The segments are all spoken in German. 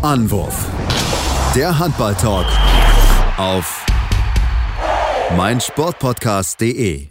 Anwurf. Der Handball-Talk auf meinsportpodcast.de.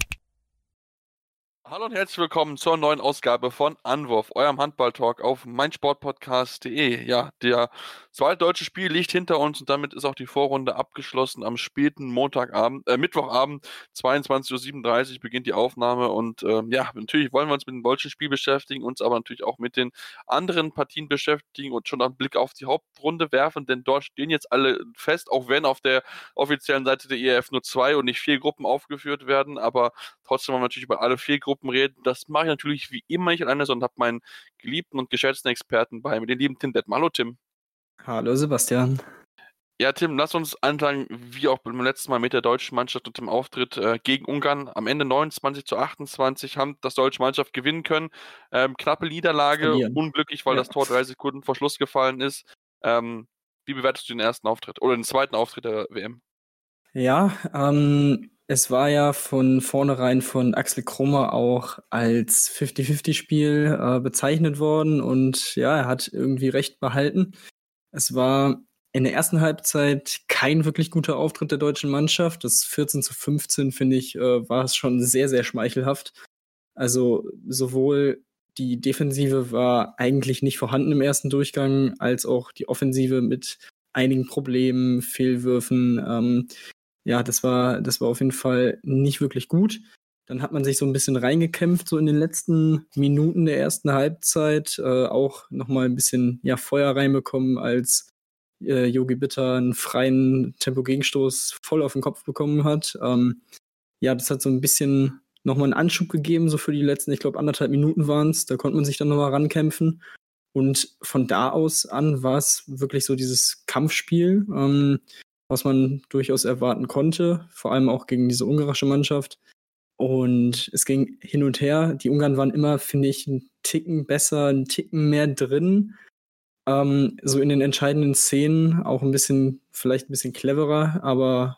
Hallo und herzlich willkommen zur neuen Ausgabe von Anwurf, eurem Handball-Talk auf meinsportpodcast.de. Ja, der zweite deutsche Spiel liegt hinter uns und damit ist auch die Vorrunde abgeschlossen. Am späten Mittwochabend, 22:37 Uhr beginnt die Aufnahme und natürlich wollen wir uns mit dem deutschen Spiel beschäftigen, uns aber natürlich auch mit den anderen Partien beschäftigen und schon einen Blick auf die Hauptrunde werfen, denn dort stehen jetzt alle fest, auch wenn auf der offiziellen Seite der ERF nur 2 und nicht 4 Gruppen aufgeführt werden, aber trotzdem wollen wir natürlich über alle 4 Gruppen reden. Das mache ich natürlich wie immer nicht alleine, sondern habe meinen geliebten und geschätzten Experten bei mir, den lieben Tim Detmer. Hallo Tim. Hallo Sebastian. Ja, Tim, lass uns anfangen, wie auch beim letzten Mal mit der deutschen Mannschaft und dem Auftritt gegen Ungarn. Am Ende 29:28 haben das deutsche Mannschaft gewinnen können. Knappe Niederlage, Verlieren. unglücklich, weil Ja. das Tor 3 Sekunden vor Schluss gefallen ist. Wie bewertest du den ersten Auftritt oder den zweiten Auftritt der WM? Ja, es war ja von vornherein von Axel Krummer auch als 50-50-Spiel bezeichnet worden und ja, er hat irgendwie recht behalten. Es war in der ersten Halbzeit kein wirklich guter Auftritt der deutschen Mannschaft. Das 14:15, finde ich, war es schon sehr, sehr schmeichelhaft. Also sowohl die Defensive war eigentlich nicht vorhanden im ersten Durchgang, als auch die Offensive mit einigen Problemen, Fehlwürfen. Ja, das war auf jeden Fall nicht wirklich gut. Dann hat man sich so ein bisschen reingekämpft, so in den letzten Minuten der ersten Halbzeit, auch noch mal 'n bisschen, ja, Feuer reinbekommen, als Yogi Bitter einen freien Tempo-Gegenstoß voll auf den Kopf bekommen hat. Ja, das hat so ein bisschen noch mal 'n Anschub gegeben, so für die letzten, ich glaube, 1,5 Minuten waren's. Da konnte man sich dann noch mal rankämpfen. Und von da aus an war es wirklich so dieses Kampfspiel, was man durchaus erwarten konnte, vor allem auch gegen diese ungarische Mannschaft. Und es ging hin und her. Die Ungarn waren immer, finde ich, 'n Ticken besser, 'n Ticken mehr drin, so in den entscheidenden Szenen, auch vielleicht 'n bisschen cleverer, aber,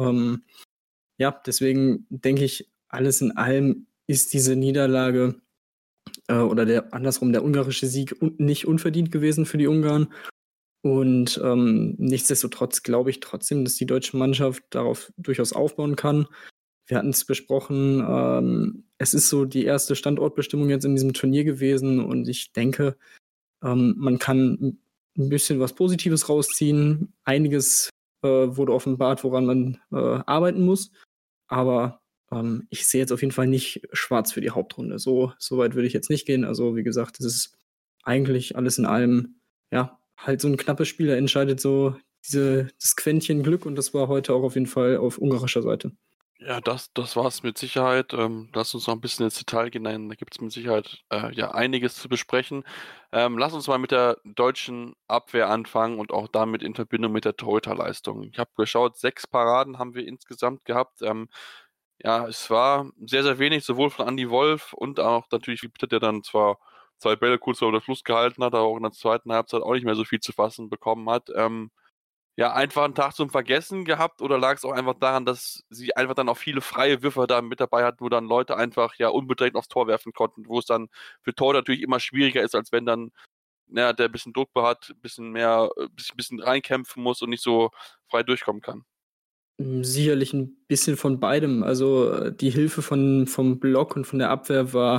ja, deswegen denke ich, alles in allem ist diese Niederlage, oder der ungarische Sieg nicht unverdient gewesen für die Ungarn. Und, nichtsdestotrotz glaube ich trotzdem, dass die deutsche Mannschaft darauf durchaus aufbauen kann. Wir hatten es besprochen, es ist so die erste Standortbestimmung jetzt in diesem Turnier gewesen und ich denke, man kann 'n bisschen was Positives rausziehen. Einiges, wurde offenbart, woran man, arbeiten muss. Aber, ich sehe jetzt auf jeden Fall nicht schwarz für die Hauptrunde. So weit würde ich jetzt nicht gehen. Also, wie gesagt, das ist eigentlich alles in allem, ja, halt so 'n knappes Spiel. Da entscheidet so das Quäntchen Glück und das war heute auch auf jeden Fall auf ungarischer Seite. Ja, das war es mit Sicherheit. Lass uns noch ein bisschen ins Detail gehen, da gibt es mit Sicherheit einiges zu besprechen. Lass uns mal mit der deutschen Abwehr anfangen und auch damit in Verbindung mit der Torhüterleistung. Ich habe geschaut, 6 Paraden haben wir insgesamt gehabt. Ja, es war sehr, sehr wenig, sowohl von Andy Wolf und auch natürlich wie Bitter, der dann zwar 2 Bälle kurz vor der Schluss gehalten hat, aber auch in der zweiten Halbzeit auch nicht mehr so viel zu fassen bekommen hat. Ja, einfach 'n Tag zum Vergessen gehabt oder lag es auch einfach daran, dass sie einfach dann auch viele freie Würfe da mit dabei hatten, wo dann Leute einfach, ja, unbedrängt aufs Tor werfen konnten, wo es dann für Tor natürlich immer schwieriger ist, als wenn dann, ja, der bisschen Druck hat, bisschen mehr bisschen reinkämpfen muss und nicht so frei durchkommen kann. Sicherlich 'n bisschen von beidem. Also, die Hilfe vom Block und von der Abwehr war,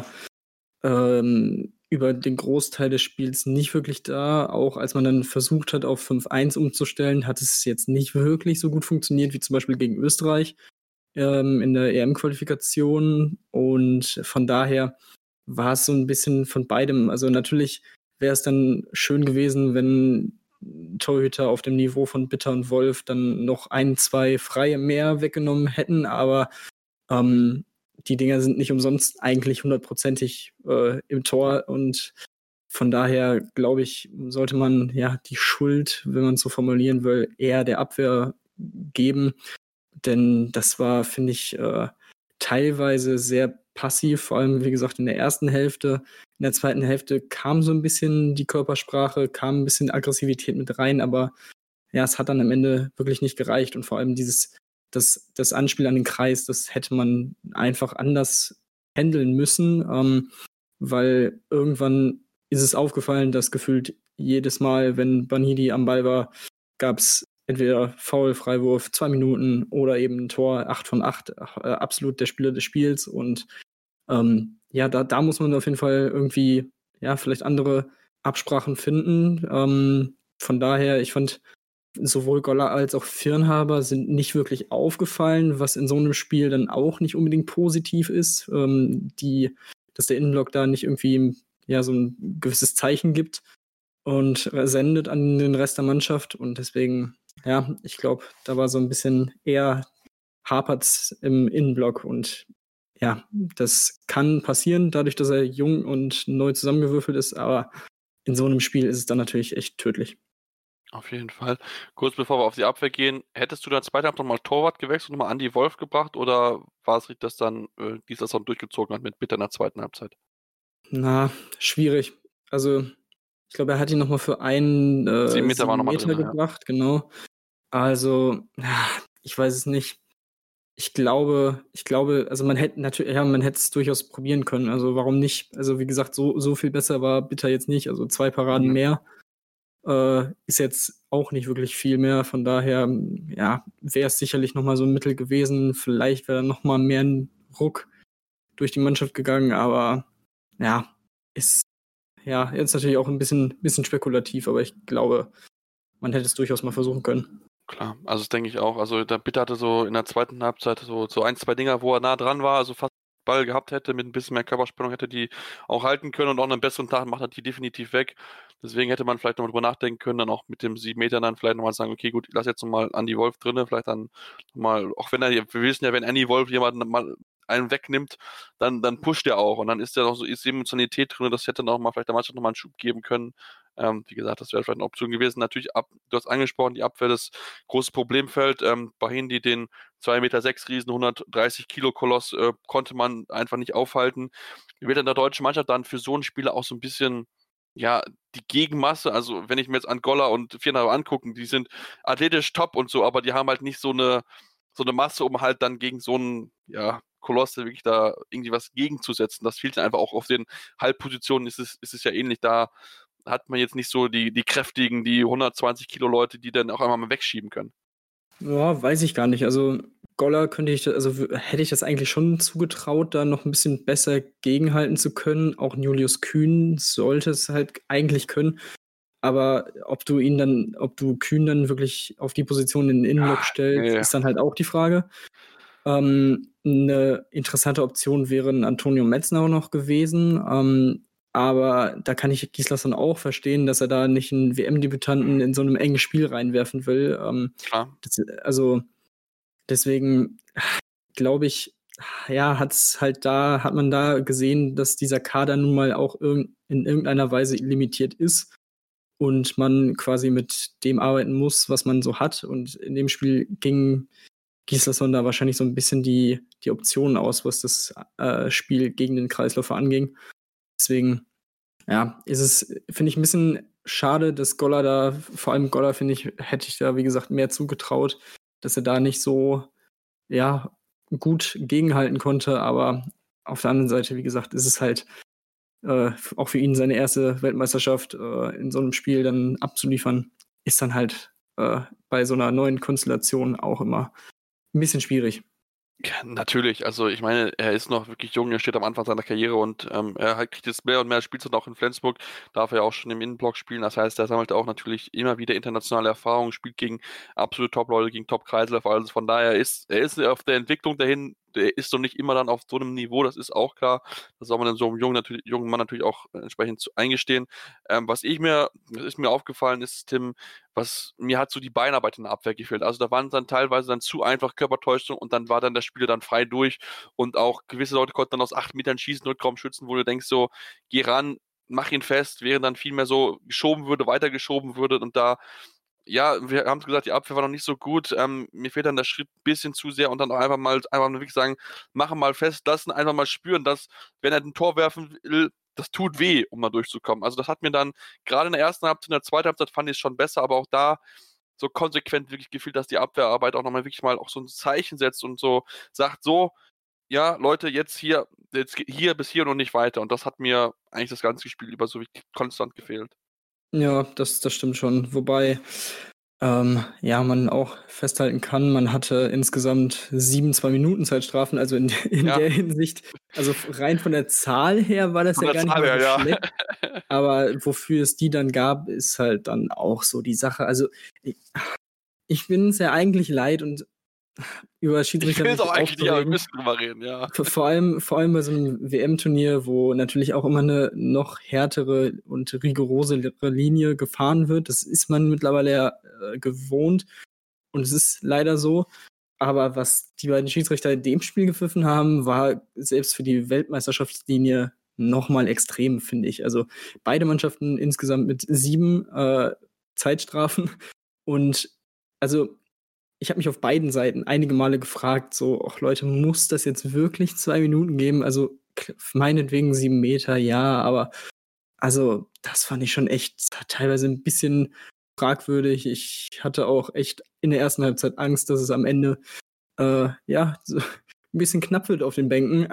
über den Großteil des Spiels nicht wirklich da. Auch als man dann versucht hat, auf 5-1 umzustellen, hat es jetzt nicht wirklich so gut funktioniert wie zum Beispiel gegen Österreich, in der EM-Qualifikation. Und von daher war es so 'n bisschen von beidem. Also, natürlich wäre es dann schön gewesen, wenn Torhüter auf dem Niveau von Bitter und Wolf dann noch 2 Freie mehr weggenommen hätten, aber, ähm, die Dinger sind nicht umsonst eigentlich hundertprozentig, im Tor und von daher glaube ich, sollte man, ja, die Schuld, wenn man's so formulieren will, eher der Abwehr geben. Denn das war, finde ich, teilweise sehr passiv, vor allem, wie gesagt, in der ersten Hälfte. In der zweiten Hälfte kam so 'n bisschen die Körpersprache, kam 'n bisschen Aggressivität mit rein, aber ja, es hat dann am Ende wirklich nicht gereicht und vor allem das Anspiel an den Kreis, das hätte man einfach anders handeln müssen, weil irgendwann ist es aufgefallen, dass gefühlt jedes Mal, wenn Banidi am Ball war, gab es entweder Foul, Freiwurf, 2 Minuten oder eben ein Tor, 8 von 8, absolut der Spieler des Spiels. Und ja, da muss man auf jeden Fall irgendwie, ja, vielleicht andere Absprachen finden. Von daher, ich fand, sowohl Goller als auch Firnhaber sind nicht wirklich aufgefallen, was in so einem Spiel dann auch nicht unbedingt positiv ist, dass der Innenblock da nicht irgendwie ja, so ein gewisses Zeichen gibt und sendet an den Rest der Mannschaft. Und deswegen, ja, ich glaube, da war so ein bisschen eher hapert's im Innenblock. Und ja, das kann passieren, dadurch, dass er jung und neu zusammengewürfelt ist. Aber in so einem Spiel ist es dann natürlich echt tödlich. Auf jeden Fall. Kurz bevor wir auf die Abwehr gehen, hättest du dann zweite Halbzeit nochmal Torwart gewechselt und nochmal Andi Wolf gebracht oder war es richtig, dass dann dieser Song durchgezogen hat mit Bitter in der zweiten Halbzeit? Na, schwierig. Also, ich glaube, er hat ihn noch mal für einen 7 Meter war 7 nochmal Meter drin, ja. gebracht, genau. Also, ja, ich weiß es nicht. Ich glaube, also man hätte natürlich, ja, man hätte es durchaus probieren können. Also warum nicht? Also wie gesagt, so viel besser war Bitter jetzt nicht. Also 2 Paraden mehr ist jetzt auch nicht wirklich viel mehr. Von daher, ja, wäre es sicherlich noch mal so ein Mittel gewesen. Vielleicht wäre dann noch mal mehr ein Ruck durch die Mannschaft gegangen. Aber ja, ist ja jetzt natürlich auch ein bisschen spekulativ. Aber ich glaube, man hätte es durchaus mal versuchen können. Klar, also das denke ich auch. Also der Bitter hatte so in der zweiten Halbzeit so 1, 2 Dinger, wo er nah dran war, also fast Ball gehabt hätte, mit ein bisschen mehr Körperspannung hätte die auch halten können und auch einen besseren Tag macht er die definitiv weg. Deswegen hätte man vielleicht noch drüber nachdenken können, dann auch mit dem 7 Metern dann vielleicht nochmal sagen, okay, gut, ich lasse jetzt nochmal Andy Wolf drinne, vielleicht dann mal, auch wenn wir wissen ja, wenn Andy Wolf jemanden mal einen wegnimmt, dann pusht er auch und dann ist ja noch so ist Emotionalität drin, das hätte dann auch mal vielleicht der Mannschaft nochmal einen Schub geben können. Wie gesagt, das wäre vielleicht eine Option gewesen. Natürlich, du hast angesprochen, die Abwehr des großes Problemfeld. Bahindi, den 2,6 Meter Riesen, 130 Kilo Koloss, konnte man einfach nicht aufhalten. Wird in der deutschen Mannschaft dann für so einen Spieler auch so ein bisschen, ja, die Gegenmasse, also wenn ich mir jetzt Angola und Firnhaber angucken, die sind athletisch top und so, aber die haben halt nicht so eine Masse, um halt dann gegen so einen, ja, Koloss wirklich da irgendwie was gegenzusetzen. Das fehlt einfach auch auf den Halbpositionen, ist es ja ähnlich. Da hat man jetzt nicht so die kräftigen, die 120 Kilo Leute, die dann auch einmal mal wegschieben können. Ja, weiß ich gar nicht. Also Goller hätte ich das eigentlich schon zugetraut, da noch ein bisschen besser gegenhalten zu können. Auch Julius Kühn sollte es halt eigentlich können. Aber ob du Kühn dann wirklich auf die Position in den Innenblock stellst, Nee. ist dann halt auch die Frage. Eine interessante Option wäre ein Antonio Metzner auch noch gewesen. Aber da kann ich Gislason auch verstehen, dass er da nicht einen WM-Debütanten in so einem engen Spiel reinwerfen will. Klar. Also deswegen glaube ich, ja, hat man da gesehen, dass dieser Kader nun mal auch in irgendeiner Weise limitiert ist und man quasi mit dem arbeiten muss, was man so hat. Und in dem Spiel ging Gislason da wahrscheinlich so ein bisschen die Optionen aus, was das Spiel gegen den Kreisläufer anging. Deswegen, ja, finde ich ein bisschen schade, dass Goller da, vor allem Goller, finde ich, hätte ich da, wie gesagt, mehr zugetraut, dass er da nicht so, ja, gut gegenhalten konnte. Aber auf der anderen Seite, wie gesagt, ist es halt auch für ihn seine erste Weltmeisterschaft in so einem Spiel dann abzuliefern, ist dann halt bei so einer neuen Konstellation auch immer ein bisschen schwierig. Ja, natürlich, also ich meine, er ist noch wirklich jung, er steht am Anfang seiner Karriere und kriegt jetzt mehr und mehr Spielzeit auch in Flensburg, darf er ja auch schon im Innenblock spielen, das heißt, er sammelt auch natürlich immer wieder internationale Erfahrungen, spielt gegen absolute Top-Leute, gegen Top-Kreisläufer, also von daher er ist auf der Entwicklung dahin, der ist noch nicht immer dann auf so einem Niveau, das ist auch klar, das soll man dann so einem jungen Mann natürlich auch entsprechend eingestehen. Das ist mir aufgefallen ist, Tim, was mir hat so die Beinarbeit in der Abwehr gefehlt. Also da waren dann teilweise dann zu einfach Körpertäuschung und dann war dann der Spieler dann frei durch und auch gewisse Leute konnten dann aus 8 Metern schießen und kaum schützen, wo du denkst so, geh ran, mach ihn fest, während dann viel mehr so weitergeschoben würde und da, ja, wir haben es gesagt, die Abwehr war noch nicht so gut. Mir fehlt dann der Schritt ein bisschen zu sehr und dann auch einfach mal wirklich sagen, machen mal fest, lassen, einfach mal spüren, dass, wenn er ein Tor werfen will, das tut weh, um da durchzukommen. Also das hat mir dann gerade in der ersten Halbzeit, in der zweiten Halbzeit fand ich es schon besser, aber auch da so konsequent wirklich gefühlt, dass die Abwehrarbeit auch nochmal wirklich mal auch so ein Zeichen setzt und so sagt, so, ja, Leute, jetzt hier bis hier und nicht weiter. Und das hat mir eigentlich das ganze Spiel über so wirklich konstant gefehlt. Ja, das stimmt schon. Wobei, ja, man auch festhalten kann, man hatte insgesamt 7 2-Minuten-Zeitstrafen. Also in Ja, der Hinsicht, also rein von der Zahl her war das von ja der gar nicht Zahl mal her, so ja. schlecht. Aber wofür es die dann gab, ist halt dann auch so die Sache. Also ich bin es ja eigentlich leid und über Ich Schiedsrichter will es auch mich eigentlich nicht, aber wir aufzuregen. müssen drüber reden, ja. Vor allem bei so einem WM-Turnier, wo natürlich auch immer eine noch härtere und rigorosere Linie gefahren wird. Das ist man mittlerweile ja gewohnt und es ist leider so. Aber was die beiden Schiedsrichter in dem Spiel gepfiffen haben, war selbst für die Weltmeisterschaftslinie nochmal extrem, finde ich. Also beide Mannschaften insgesamt mit 7 Zeitstrafen. Und also ich habe mich auf beiden Seiten einige Male gefragt, so, ach Leute, muss das jetzt wirklich 2 Minuten geben? Also meinetwegen 7 Meter, ja, aber also das fand ich schon echt teilweise ein bisschen fragwürdig. Ich hatte auch echt in der ersten Halbzeit Angst, dass es am Ende ja so ein bisschen knapp wird auf den Bänken.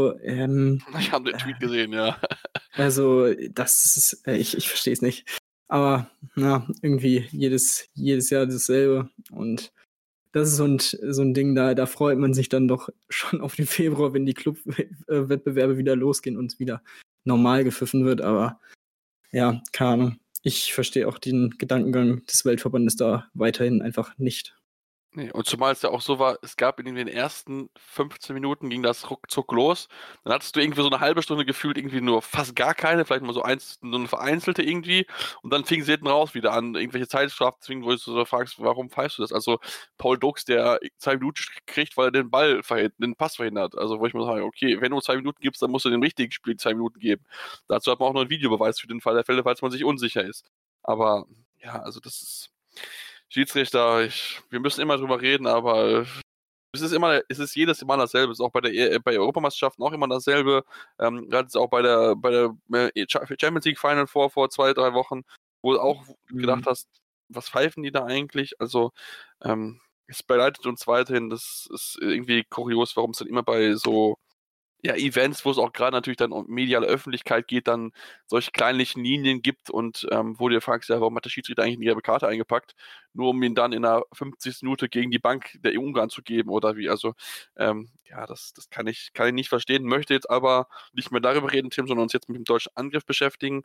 Ich habe den Tweet gesehen, ja. Also das ist, ich verstehe es nicht. Aber na, irgendwie jedes Jahr dasselbe und das ist so ein Ding, da freut man sich dann doch schon auf den Februar, wenn die Clubwettbewerbe wieder losgehen und es wieder normal gepfiffen wird. Aber ja, keine Ahnung. Ich verstehe auch den Gedankengang des Weltverbandes da weiterhin einfach nicht. Ne, und zumal es ja auch so war, es gab in den ersten 15 Minuten ging das ruckzuck los. Dann hattest du irgendwie so 'ne halbe Stunde gefühlt irgendwie nur fast gar keine, vielleicht mal so 'ne vereinzelte irgendwie. Und dann fing sie hinten raus wieder an, irgendwelche Zeitstrafen zu zwingen, wo du so fragst: „Warum pfeifst du das?“ Also, Paul Dux, der 2 Minuten kriegt, weil er den Pass verhindert. Also, wo ich mir sage: „Okay, wenn du 2 Minuten gibst, dann musst du dem richtigen Spiel 2 Minuten geben.“ Dazu hat man auch noch 'n Videobeweis für den Fall der Fälle, falls man sich unsicher ist. Aber ja, also das ist Schiedsrichter, wir müssen immer drüber reden, aber es ist jedes Mal dasselbe. Es ist auch bei Europameisterschaften auch immer dasselbe. Grad jetzt auch bei der Champions League Final vor 2, 3 Wochen, wo du auch gedacht Mhm. hast: „Was pfeifen die da eigentlich?“ Also, es beleidigt uns weiterhin. Das ist irgendwie kurios, warum es dann immer bei so ja, Events, wo es auch gerade natürlich dann um mediale Öffentlichkeit geht, dann solche kleinlichen Linien gibt und, wo du dir fragst: „Ja, warum hat der Schiedsrichter eigentlich 'ne gelbe Karte eingepackt?“ Nur um ihn dann in der 50. Minute gegen die Bank der Ungarn zu geben oder wie. Also, ja, das kann ich nicht verstehen, möchte jetzt aber nicht mehr darüber reden, Tim, sondern uns jetzt mit dem deutschen Angriff beschäftigen,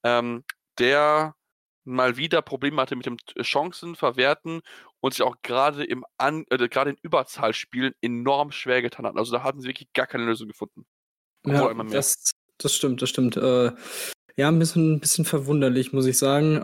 der mal wieder Probleme hatte mit dem Chancen verwerten und sich auch grade in Überzahlspielen enorm schwer getan hatten. Also, da hatten sie wirklich gar keine Lösung gefunden. Obwohl Ja, einmal mehr. das stimmt, das stimmt. Ja, ein bisschen verwunderlich, muss ich sagen.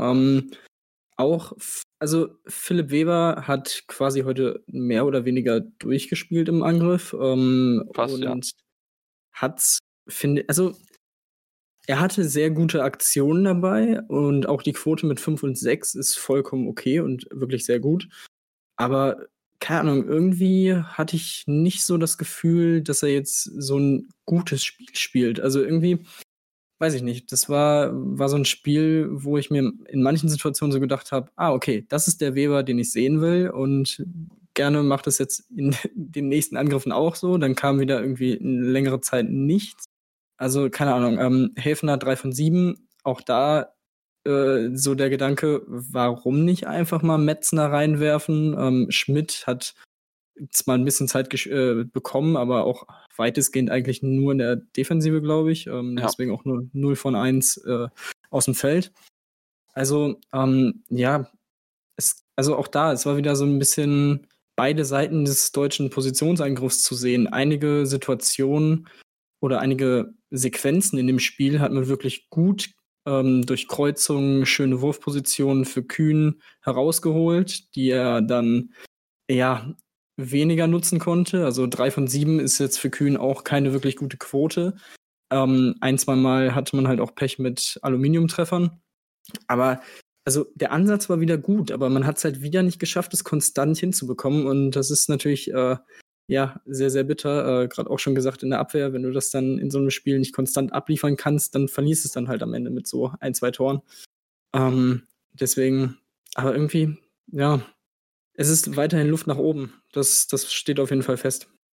Also Philipp Weber hat quasi heute mehr oder weniger durchgespielt im Angriff, Fast, ja. und hat, also er hatte sehr gute Aktionen dabei und auch die Quote mit 5 und 6 ist vollkommen okay und wirklich sehr gut. Aber keine Ahnung, irgendwie hatte ich nicht so das Gefühl, dass er jetzt so ein gutes Spiel spielt. Also, irgendwie weiß ich nicht, das war so ein Spiel, wo ich mir in manchen Situationen so gedacht habe: „Ah, okay, das ist der Weber, den ich sehen will und gerne macht es jetzt in den nächsten Angriffen auch so.“ Dann kam wieder irgendwie 'ne längere Zeit nichts. Also, keine Ahnung, Häfner 3 von 7, auch da so der Gedanke, warum nicht einfach mal Metzner reinwerfen? Schmidt hat zwar ein bisschen Zeit bekommen, aber auch weitestgehend eigentlich nur in der Defensive, glaube ich. Ja. Deswegen auch nur 0 von 1 aus dem Feld. Also, ja, also auch da, es war wieder so ein bisschen beide Seiten des deutschen Positionsangriffs zu sehen. Einige Situationen oder einige Sequenzen in dem Spiel hat man wirklich gut durch Kreuzungen, schöne Wurfpositionen für Kühn herausgeholt, die er dann ja weniger nutzen konnte. Also 3 von 7 ist jetzt für Kühn auch keine wirklich gute Quote. Ein, zweimal hatte man halt auch Pech mit Aluminiumtreffern. Aber also der Ansatz war wieder gut, aber man hat es halt wieder nicht geschafft, es konstant hinzubekommen. Und das ist natürlich ja sehr, sehr bitter. Gerade auch schon gesagt in der Abwehr, wenn du das dann in so einem Spiel nicht konstant abliefern kannst, dann verlierst du es dann halt am Ende mit so ein, zwei Toren. Deswegen, aber irgendwie, ja, es ist weiterhin Luft nach oben. Das steht auf jeden Fall fest.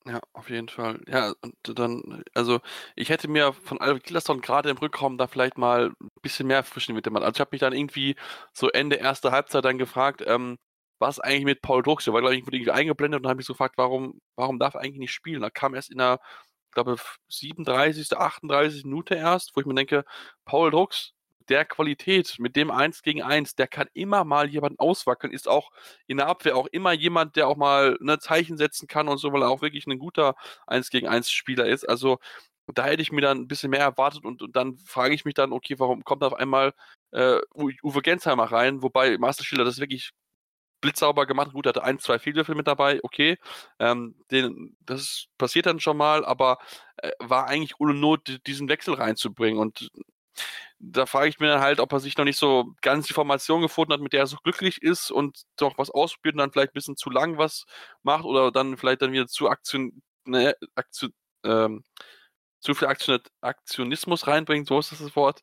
Ja, auf jeden Fall. Ja, und dann also, ich hätte mir von Alfred Gislason grade im Rückraum da vielleicht mal 'n bisschen mehr frischen Wind gemacht. Also, ich habe mich dann irgendwie so Ende erster Halbzeit dann gefragt, was eigentlich mit Paul Drucks? Der war, glaube ich, irgendwie eingeblendet und habe mich so gefragt: „Warum darf er eigentlich nicht spielen?“ Da kam erst in der, glaube, 37., 38. Minute erst, wo ich mir denke: „Paul Drucks, der Qualität mit dem 1 gegen 1, der kann immer mal jemanden auswackeln, ist auch in der Abwehr auch immer jemand, der auch mal, ne, Zeichen setzen kann und so, weil er auch wirklich 'nen guter 1 gegen 1 Spieler ist.“ Also, da hätte ich mir dann 'n bisschen mehr erwartet und dann frage ich mich dann: „Okay, warum kommt auf einmal, Uwe Gensheimer rein?“ Wobei Marcel Schiller das wirklich blitzsauber gemacht. Gut, er hatte 1, 2 Fehlwürfe mit dabei, okay. Das passiert dann schon mal, aber, war eigentlich ohne Not, diesen Wechsel reinzubringen. Und da frage ich mich dann halt, ob er sich noch nicht so ganz die Formation gefunden hat, mit der er so glücklich ist und doch was ausprobiert und dann vielleicht ein bisschen zu lang was macht oder dann vielleicht dann wieder ähm, zu viel Aktionismus reinbringt, so ist das Wort.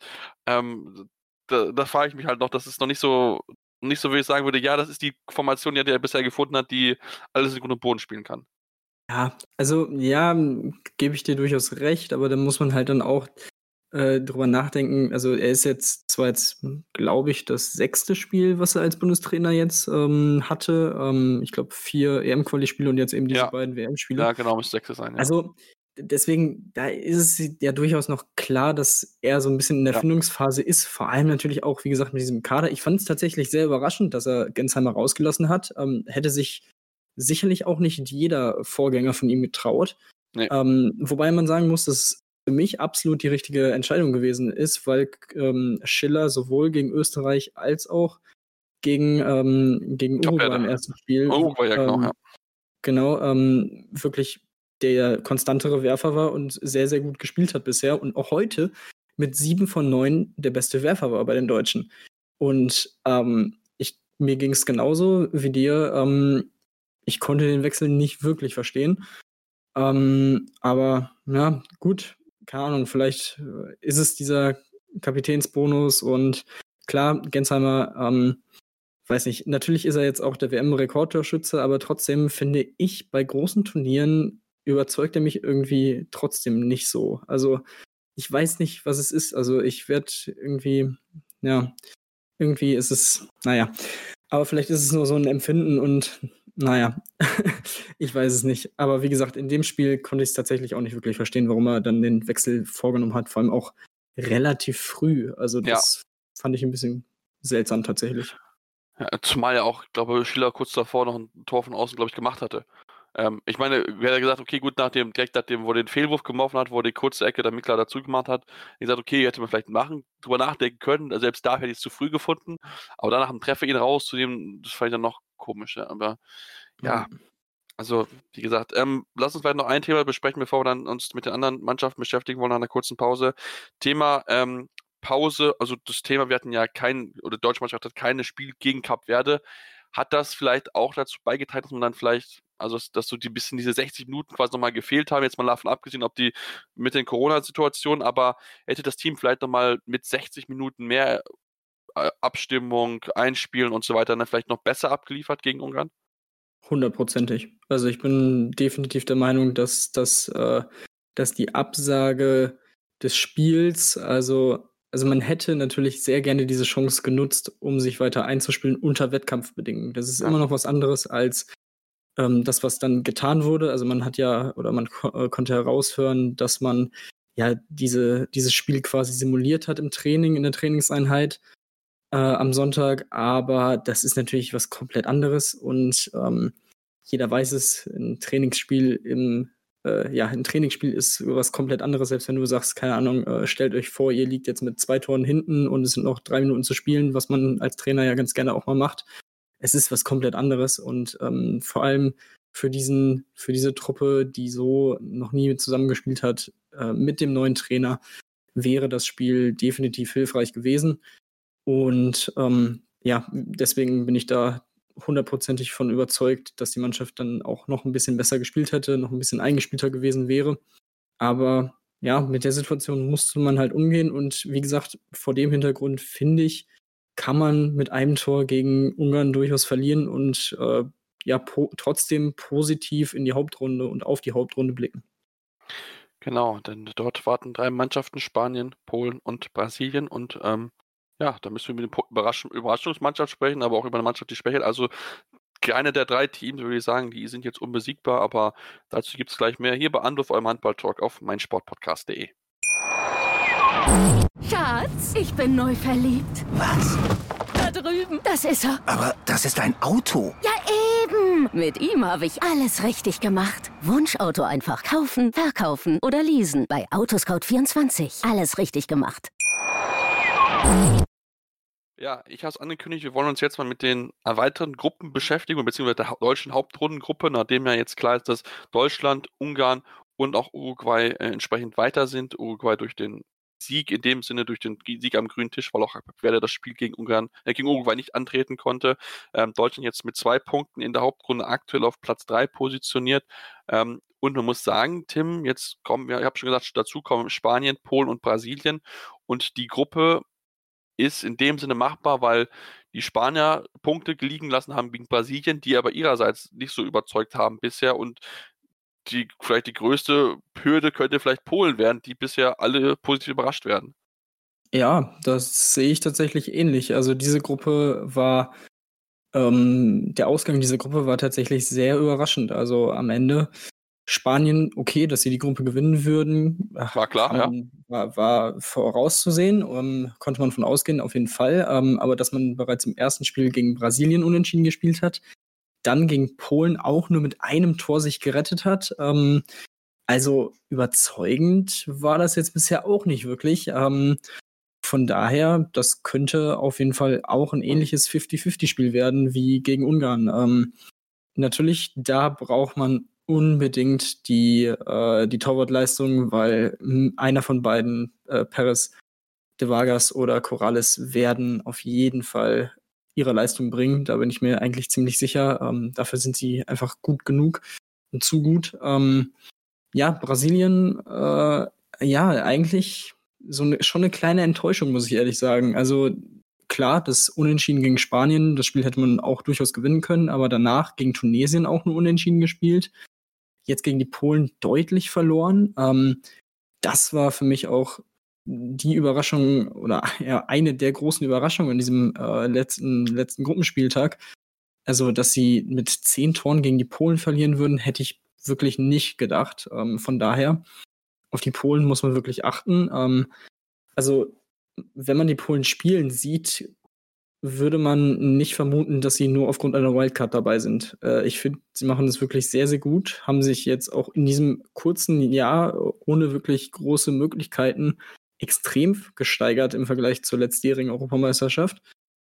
Da frage ich mich halt noch, das ist noch nicht so, wie ich sagen würde, ja, das ist die Formation, die er bisher gefunden hat, die alles in Grund und Boden spielen kann. Ja, also ja, gebe ich dir durchaus recht, aber da muss man halt dann auch drüber nachdenken. Also er ist jetzt zwar jetzt, glaube ich, das 6. Spiel, was er als Bundestrainer jetzt hatte. Ich glaube 4 EM-Quali-Spiele und jetzt eben diese Ja, beiden WM-Spiele. ja, genau, müsste 6. sein, ja. Also deswegen, da ist es ja durchaus noch klar, dass er so ein bisschen in der Ja, Findungsphase ist. Vor allem natürlich auch, wie gesagt, mit diesem Kader. Ich fand es tatsächlich sehr überraschend, dass er Gensheimer rausgelassen hat. Hätte sich sicherlich auch nicht jeder Vorgänger von ihm getraut. ne, Wobei man sagen muss, dass für mich absolut die richtige Entscheidung gewesen ist, weil Schiller sowohl gegen Österreich als auch gegen ich glaube, Uruguay ja, im ersten Spiel Uruguay, ja, genau, ja. genau, wirklich der konstantere Werfer war und sehr, sehr gut gespielt hat bisher und auch heute mit 7 von 9 der beste Werfer war bei den Deutschen. Und mir ging es genauso wie dir. Ich konnte den Wechsel nicht wirklich verstehen. Aber ja, gut, keine Ahnung, vielleicht ist es dieser Kapitänsbonus und klar, Gensheimer, weiß nicht, natürlich ist er jetzt auch der WM-Rekordtorschütze, aber trotzdem finde ich, bei großen Turnieren überzeugt er mich irgendwie trotzdem nicht so. Also ich weiß nicht, was es ist. Also ich werde irgendwie, ja, irgendwie ist es, naja, aber vielleicht ist es nur so ein Empfinden und naja, ich weiß es nicht. Aber wie gesagt, in dem Spiel konnte ich es tatsächlich auch nicht wirklich verstehen, warum er dann den Wechsel vorgenommen hat, vor allem auch relativ früh. Also Ja. das fand ich ein bisschen seltsam tatsächlich. Ja, zumal ja auch, ich glaube, Schiller kurz davor noch 'n Tor von außen, glaube ich, gemacht hatte. Ich meine, wer hätte gesagt: „Okay, gut, direkt nachdem, wo er den Fehlwurf geworfen hat, wo er die kurze Ecke der Mickler dazu gemacht hat“, wie gesagt: „Okay, hätte man vielleicht drüber nachdenken können.“ Also, selbst da hätte ich's zu früh gefunden, aber dann nach 'm Treffer ihn rauszunehmen, das fand ich dann noch komisch, ja. Aber Ja. ja, also, wie gesagt, lass uns vielleicht noch ein Thema besprechen, bevor wir dann uns mit den anderen Mannschaften beschäftigen wollen nach 'ner kurzen Pause. Thema, Pause, also das Thema, wir hatten ja die deutsche Mannschaft hat keine Spiel gegen Kap Verde. Hat das vielleicht auch dazu beigetragen, dass man dann vielleicht dass so diese 60 Minuten quasi noch mal gefehlt haben, jetzt mal davon abgesehen, ob die mit den Corona-Situationen, aber hätte das Team vielleicht noch mal mit 60 Minuten mehr, Abstimmung, Einspielen und so weiter dann vielleicht noch besser abgeliefert gegen Ungarn? Hundertprozentig. Also, ich bin definitiv der Meinung, dass die Absage des Spiels also, man hätte natürlich sehr gerne diese Chance genutzt, um sich weiter einzuspielen unter Wettkampfbedingungen. Das ist Ja, immer noch was anderes als, das, was dann getan wurde. Also, man hat ja oder man konnte heraushören, dass man ja dieses Spiel quasi simuliert hat im Training, in der Trainingseinheit, am Sonntag, aber das ist natürlich was komplett anderes und, jeder weiß es, ein Trainingsspiel ist was komplett anderes, selbst wenn du sagst, keine Ahnung, stellt euch vor, ihr liegt jetzt mit 2 Toren hinten und es sind noch 3 Minuten zu spielen, was man als Trainer ja ganz gerne auch mal macht. Es ist was komplett anderes und, vor allem für diese Truppe, die so noch nie zusammengespielt hat, mit dem neuen Trainer, wäre das Spiel definitiv hilfreich gewesen. Und, ja, deswegen bin ich da hundertprozentig von überzeugt, dass die Mannschaft dann auch noch ein bisschen besser gespielt hätte, noch ein bisschen eingespielter gewesen wäre. Aber ja, mit der Situation musste man halt umgehen und wie gesagt, vor dem Hintergrund finde ich, kann man mit einem Tor gegen Ungarn durchaus verlieren und, trotzdem positiv in die Hauptrunde und auf die Hauptrunde blicken. Genau, denn dort warten 3 Mannschaften, Spanien, Polen und Brasilien. Und da müssen wir mit der Überraschungsmannschaft sprechen, aber auch über eine Mannschaft, die schwächelt. Also keine der 3 Teams, würde ich sagen, die sind jetzt unbesiegbar, aber dazu gibt es gleich mehr hier bei Anruf eurem Handball-Talk auf meinsportpodcast.de. Schatz, ich bin neu verliebt. Was? Da drüben. Das ist er. Aber das ist ein Auto. Ja, eben. Mit ihm habe ich alles richtig gemacht. Wunschauto einfach kaufen, verkaufen oder leasen. Bei Autoscout24. Alles richtig gemacht. Ja, ich habe es angekündigt, wir wollen uns jetzt mal mit den weiteren Gruppen beschäftigen, beziehungsweise der deutschen Hauptrundengruppe, nachdem ja jetzt klar ist, dass Deutschland, Ungarn und auch Uruguay entsprechend weiter sind. Uruguay durch den Sieg, in dem Sinne durch den Sieg am grünen Tisch, weil auch Werder das Spiel gegen Uruguay nicht antreten konnte. Deutschland jetzt mit 2 Punkten in der Hauptrunde aktuell auf Platz 3 positioniert. Und man muss sagen, Tim, jetzt kommen wir, ich habe schon gesagt, dazu kommen Spanien, Polen und Brasilien. Und die Gruppe ist in dem Sinne machbar, weil die Spanier Punkte liegen lassen haben gegen Brasilien, die aber ihrerseits nicht so überzeugt haben bisher, und vielleicht die größte Hürde könnte vielleicht Polen werden, die bisher alle positiv überrascht werden. Ja, das sehe ich tatsächlich ähnlich. Also diese Gruppe war, der Ausgang dieser Gruppe war tatsächlich sehr überraschend. Also am Ende Spanien, okay, dass sie die Gruppe gewinnen würden, War klar, ja. war vorauszusehen, konnte man von ausgehen, auf jeden Fall. Aber dass man bereits im ersten Spiel gegen Brasilien unentschieden gespielt hat, dann gegen Polen auch nur mit einem Tor sich gerettet hat. Also überzeugend war das jetzt bisher auch nicht wirklich. Von daher, das könnte auf jeden Fall auch ein ähnliches 50-50-Spiel werden wie gegen Ungarn. Natürlich, da braucht man unbedingt die Torwartleistung, weil einer von beiden, Perez de Vargas oder Corrales, werden auf jeden Fall ihre Leistung bringen. Da bin ich mir eigentlich ziemlich sicher. Dafür sind sie einfach gut genug und zu gut. Brasilien, eigentlich schon eine kleine Enttäuschung, muss ich ehrlich sagen. Also klar, das Unentschieden gegen Spanien, das Spiel hätte man auch durchaus gewinnen können, aber danach gegen Tunesien auch nur Unentschieden gespielt. Jetzt gegen die Polen deutlich verloren. Das war für mich auch die Überraschung oder eine der großen Überraschungen in diesem letzten Gruppenspieltag. Also, dass sie mit 10 Toren gegen die Polen verlieren würden, hätte ich wirklich nicht gedacht. Von daher, auf die Polen muss man wirklich achten. Also, wenn man die Polen spielen sieht, würde man nicht vermuten, dass sie nur aufgrund einer Wildcard dabei sind. Ich finde, sie machen das wirklich sehr, sehr gut, haben sich jetzt auch in diesem kurzen Jahr ohne wirklich große Möglichkeiten extrem gesteigert im Vergleich zur letztjährigen Europameisterschaft.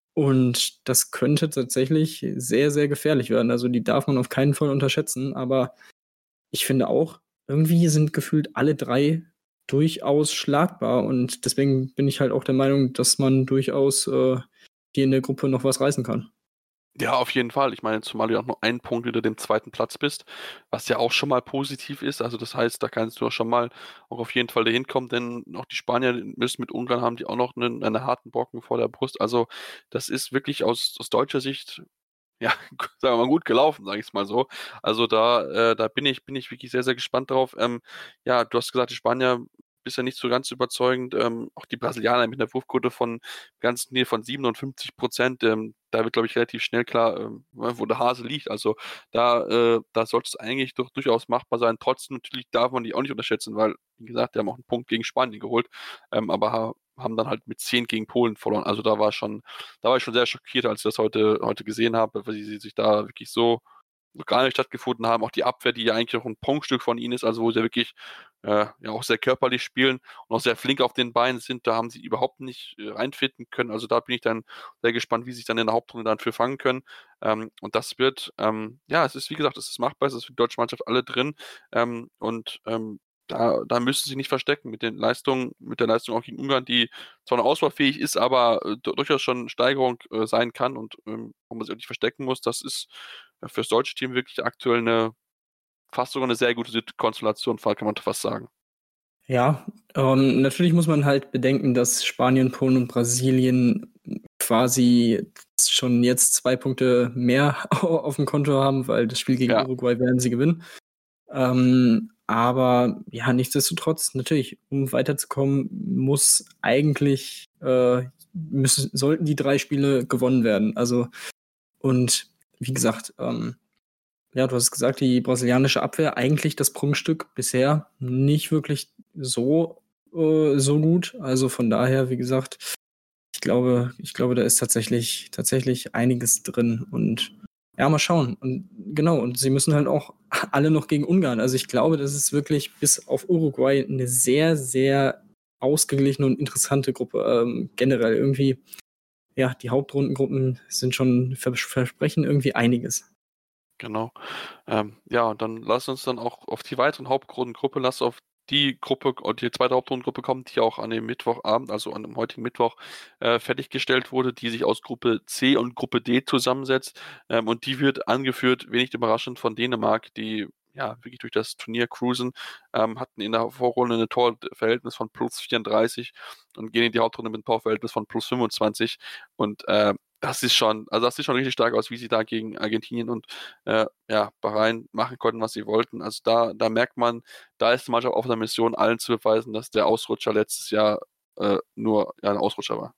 Und das könnte tatsächlich sehr, sehr gefährlich werden. Also die darf man auf keinen Fall unterschätzen. Aber ich finde auch, irgendwie sind gefühlt alle 3 durchaus schlagbar. Und deswegen bin ich halt auch der Meinung, dass man durchaus hier in der Gruppe noch was reißen kann. Ja, auf jeden Fall. Ich meine, zumal du auch nur einen Punkt hinter dem 2. Platz bist, was ja auch schon mal positiv ist. Also das heißt, da kannst du auch schon mal auch auf jeden Fall dahin kommen, denn auch die Spanier müssen mit Ungarn, haben die auch noch einen harten Brocken vor der Brust. Also das ist wirklich aus deutscher Sicht, ja, sagen wir mal, gut gelaufen, sage ich es mal so. Also da bin ich wirklich sehr, sehr gespannt drauf. Du hast gesagt, die Spanier bisher nicht so ganz überzeugend. Auch die Brasilianer mit einer Wurfquote von ganz Nähe von 57%. Da wird, glaube ich, relativ schnell klar, wo der Hase liegt. Also da sollte es eigentlich durchaus machbar sein. Trotzdem natürlich darf man die auch nicht unterschätzen, weil, wie gesagt, die haben auch einen Punkt gegen Spanien geholt, aber haben dann halt mit 10 gegen Polen verloren. Also da war ich schon sehr schockiert, als ich das heute gesehen habe, weil sie sich da wirklich so gar nicht stattgefunden haben. Auch die Abwehr, die ja eigentlich auch ein Prunkstück von ihnen ist, also wo sie wirklich auch sehr körperlich spielen und auch sehr flink auf den Beinen sind, da haben sie überhaupt nicht reinfinden können. Also da bin ich dann sehr gespannt, wie sie sich dann in der Hauptrunde dann für fangen können. Und das wird, es ist, wie gesagt, es ist machbar, es ist für die deutsche Mannschaft alle drin. Da müssen sie sich nicht verstecken mit der Leistung auch gegen Ungarn, die zwar noch ausbaufähig ist, aber durchaus schon Steigerung sein kann, und wo man sich auch nicht verstecken muss. Das ist fürs deutsche Team wirklich aktuell fast sogar eine sehr gute Konstellation, kann man fast sagen. Ja, natürlich muss man halt bedenken, dass Spanien, Polen und Brasilien quasi schon jetzt 2 Punkte mehr auf dem Konto haben, weil das Spiel gegen Ja. Uruguay werden sie gewinnen. Aber ja, nichtsdestotrotz, natürlich, um weiterzukommen, muss eigentlich, sollten die 3 Spiele gewonnen werden. Also, und wie gesagt, ja, du hast es gesagt, die brasilianische Abwehr eigentlich das Prunkstück bisher nicht wirklich so gut. Also von daher, wie gesagt, ich glaube, da ist tatsächlich einiges drin. Und ja, mal schauen. Und genau, und sie müssen halt auch alle noch gegen Ungarn. Also ich glaube, das ist wirklich bis auf Uruguay eine sehr, sehr ausgeglichene und interessante Gruppe. Generell irgendwie, ja, die Hauptrundengruppen sind schon versprechen irgendwie einiges. Genau. Ja, und dann lass uns dann auch auf die weiteren Hauptrundengruppe, lass auf die Gruppe, die zweite Hauptrundengruppe kommt, die auch an dem Mittwochabend, also an dem heutigen Mittwoch, fertiggestellt wurde, die sich aus Gruppe C und Gruppe D zusammensetzt. Und die wird angeführt, wenig überraschend, von Dänemark, die ja wirklich durch das Turnier cruisen, hatten in der Vorrunde ein Torverhältnis von +34 und gehen in die Hauptrunde mit einem Torverhältnis von +25. Und das sieht schon richtig stark aus, wie sie da gegen Argentinien und Bahrain machen konnten, was sie wollten. Also da merkt man, da ist die Mannschaft auf der Mission, allen zu beweisen, dass der Ausrutscher letztes Jahr nur ein Ausrutscher war.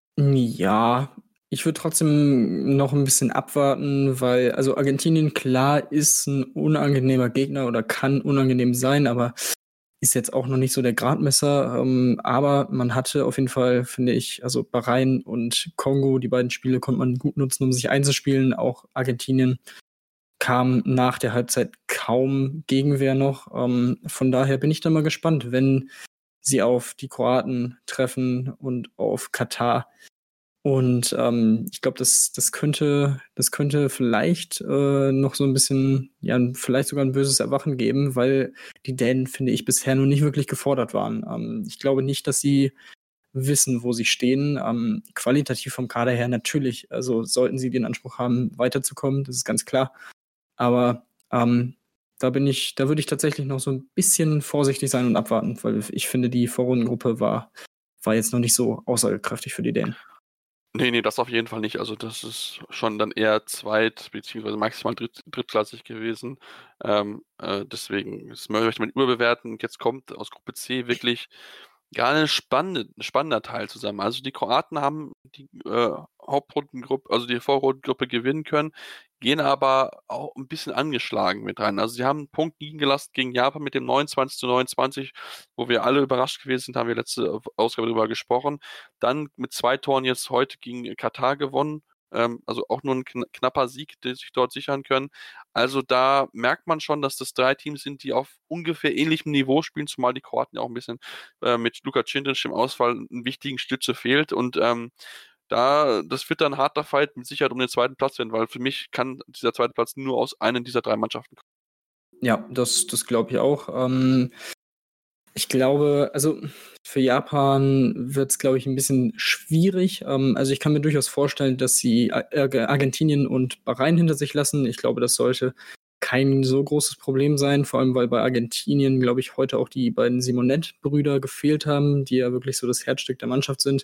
Ja, ich würde trotzdem noch ein bisschen abwarten, weil also Argentinien, klar, ist ein unangenehmer Gegner oder kann unangenehm sein, aber ist jetzt auch noch nicht so der Gradmesser. Aber man hatte auf jeden Fall, finde ich, also Bahrain und Kongo, die beiden Spiele konnte man gut nutzen, um sich einzuspielen. Auch Argentinien kam nach der Halbzeit kaum Gegenwehr noch. Von daher bin ich da mal gespannt, wenn sie auf die Kroaten treffen und auf Katar. Und ich glaube, das könnte vielleicht noch so ein bisschen, ja, vielleicht sogar ein böses Erwachen geben, weil die Dänen, finde ich, bisher noch nicht wirklich gefordert waren. Ich glaube nicht, dass sie wissen, wo sie stehen. Qualitativ vom Kader her natürlich, also sollten sie den Anspruch haben, weiterzukommen, das ist ganz klar. Aber da würde ich tatsächlich noch so ein bisschen vorsichtig sein und abwarten, weil ich finde, die Vorrundengruppe war jetzt noch nicht so aussagekräftig für die Dänen. Nee, das auf jeden Fall nicht. Also das ist schon dann eher beziehungsweise maximal drittklassig gewesen. Deswegen, das möchte man überbewerten. Und jetzt kommt aus Gruppe C wirklich gar ein spannender Teil zusammen. Also die Kroaten haben die Hauptrundengruppe, also die Vorrundengruppe gewinnen können, gehen aber auch ein bisschen angeschlagen mit rein. Also sie haben einen Punkt liegen gelassen gegen Japan mit dem 29:29, wo wir alle überrascht gewesen sind, haben wir letzte Ausgabe darüber gesprochen. Dann mit 2 Toren jetzt heute gegen Katar gewonnen. Also auch nur ein knapper Sieg, den sich dort sichern können. Also da merkt man schon, dass das 3 Teams sind, die auf ungefähr ähnlichem Niveau spielen, zumal die Kroaten ja auch ein bisschen mit Luka Cindric im Ausfall einen wichtigen Stütze fehlt. Und das wird dann ein harter Fight mit Sicherheit um den zweiten Platz werden, weil für mich kann dieser zweite Platz nur aus einer dieser 3 Mannschaften kommen. Ja, das glaube ich auch. Ich glaube, also für Japan wird es, glaube ich, ein bisschen schwierig. Also ich kann mir durchaus vorstellen, dass sie Argentinien und Bahrain hinter sich lassen. Ich glaube, das sollte kein so großes Problem sein, vor allem weil bei Argentinien, glaube ich, heute auch die beiden Simonet-Brüder gefehlt haben, die ja wirklich so das Herzstück der Mannschaft sind.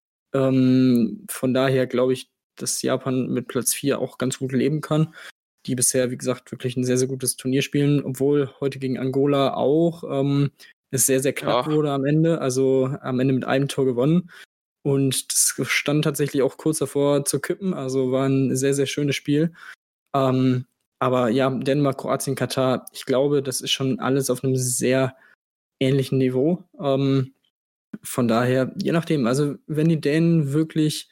Von daher glaube ich, dass Japan mit Platz 4 auch ganz gut leben kann, die bisher, wie gesagt, wirklich ein sehr, sehr gutes Turnier spielen, obwohl heute gegen Angola auch es sehr, sehr knapp wurde am Ende, also am Ende mit einem Tor gewonnen. Und das stand tatsächlich auch kurz davor zu kippen, also war ein sehr, sehr schönes Spiel. Aber ja, Dänemark, Kroatien, Katar, ich glaube, das ist schon alles auf einem sehr ähnlichen Niveau. Von daher, je nachdem, also wenn die Dänen wirklich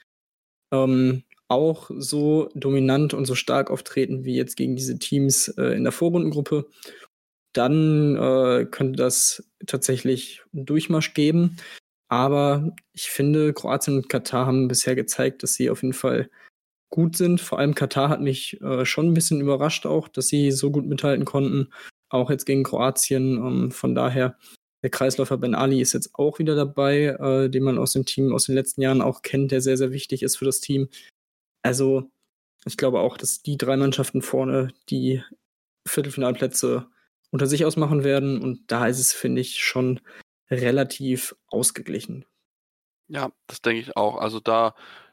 auch so dominant und so stark auftreten wie jetzt gegen diese Teams in der Vorrundengruppe, dann könnte das tatsächlich einen Durchmarsch geben. Aber ich finde, Kroatien und Katar haben bisher gezeigt, dass sie auf jeden Fall gut sind. Vor allem Katar hat mich schon ein bisschen überrascht auch, dass sie so gut mithalten konnten. Auch jetzt gegen Kroatien. Von daher, der Kreisläufer Ben Ali ist jetzt auch wieder dabei, den man aus dem Team aus den letzten Jahren auch kennt, der sehr, sehr wichtig ist für das Team. Also ich glaube auch, dass die 3 Mannschaften vorne die Viertelfinalplätze unter sich ausmachen werden. Und da ist es, finde ich, schon relativ ausgeglichen. Ja, das denke ich auch. Also da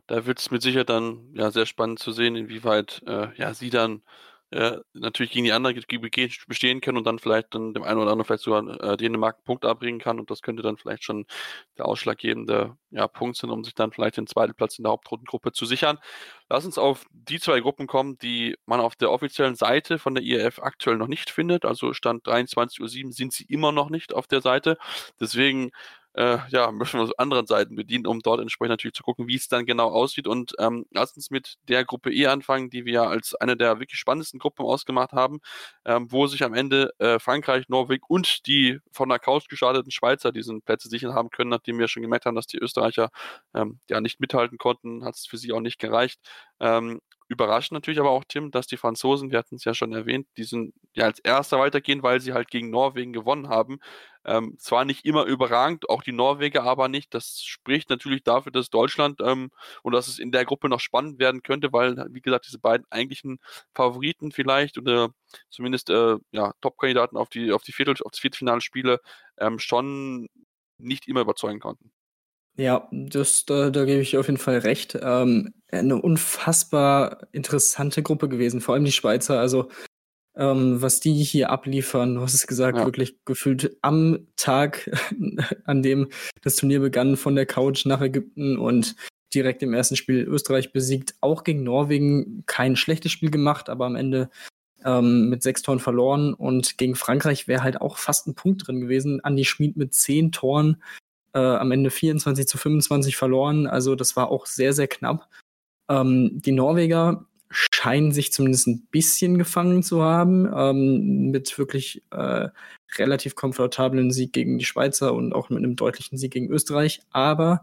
Da wird es mit Sicherheit dann sehr spannend zu sehen, inwieweit sie dann natürlich gegen die anderen bestehen können und dann vielleicht dann dem einen oder anderen vielleicht sogar Dänemark einen Punkt abbringen kann. Und das könnte dann vielleicht schon der ausschlaggebende Punkt sein, um sich dann vielleicht den zweiten Platz in der Hauptrundengruppe zu sichern. Lass uns auf die zwei Gruppen kommen, die man auf der offiziellen Seite von der IRF aktuell noch nicht findet. Also Stand 23:07 Uhr sind sie immer noch nicht auf der Seite. Deswegen müssen wir uns anderen Seiten bedienen, um dort entsprechend natürlich zu gucken, wie es dann genau aussieht. Und lass uns mit der Gruppe E anfangen, die wir ja als eine der wirklich spannendsten Gruppen ausgemacht haben, wo sich am Ende Frankreich, Norwegen und die von der Couch gestarteten Schweizer diesen Plätze sichern haben können, nachdem wir schon gemerkt haben, dass die Österreicher nicht mithalten konnten, hat es für sie auch nicht gereicht. Überraschend natürlich aber auch, Tim, dass die Franzosen, wir hatten es ja schon erwähnt, die sind als Erster weitergehen, weil sie halt gegen Norwegen gewonnen haben. Zwar nicht immer überragend, auch die Norweger aber nicht. Das spricht natürlich dafür, dass Deutschland und dass es in der Gruppe noch spannend werden könnte, weil, wie gesagt, diese beiden eigentlichen Favoriten vielleicht oder zumindest Top-Kandidaten auf das Viertelfinalspiele schon nicht immer überzeugen konnten. Ja, da gebe ich dir auf jeden Fall recht. Eine unfassbar interessante Gruppe gewesen, vor allem die Schweizer. Also, was die hier abliefern, du hast es gesagt, wirklich gefühlt am Tag, an dem das Turnier begann, von der Couch nach Ägypten und direkt im ersten Spiel Österreich besiegt. Auch gegen Norwegen kein schlechtes Spiel gemacht, aber am Ende mit 6 Toren verloren. Und gegen Frankreich wäre halt auch fast ein Punkt drin gewesen. Andi Schmid mit 10 Toren. Am Ende 24:25 verloren. Also das war auch sehr, sehr knapp. Die Norweger scheinen sich zumindest ein bisschen gefangen zu haben, mit wirklich relativ komfortablen Sieg gegen die Schweizer und auch mit einem deutlichen Sieg gegen Österreich. Aber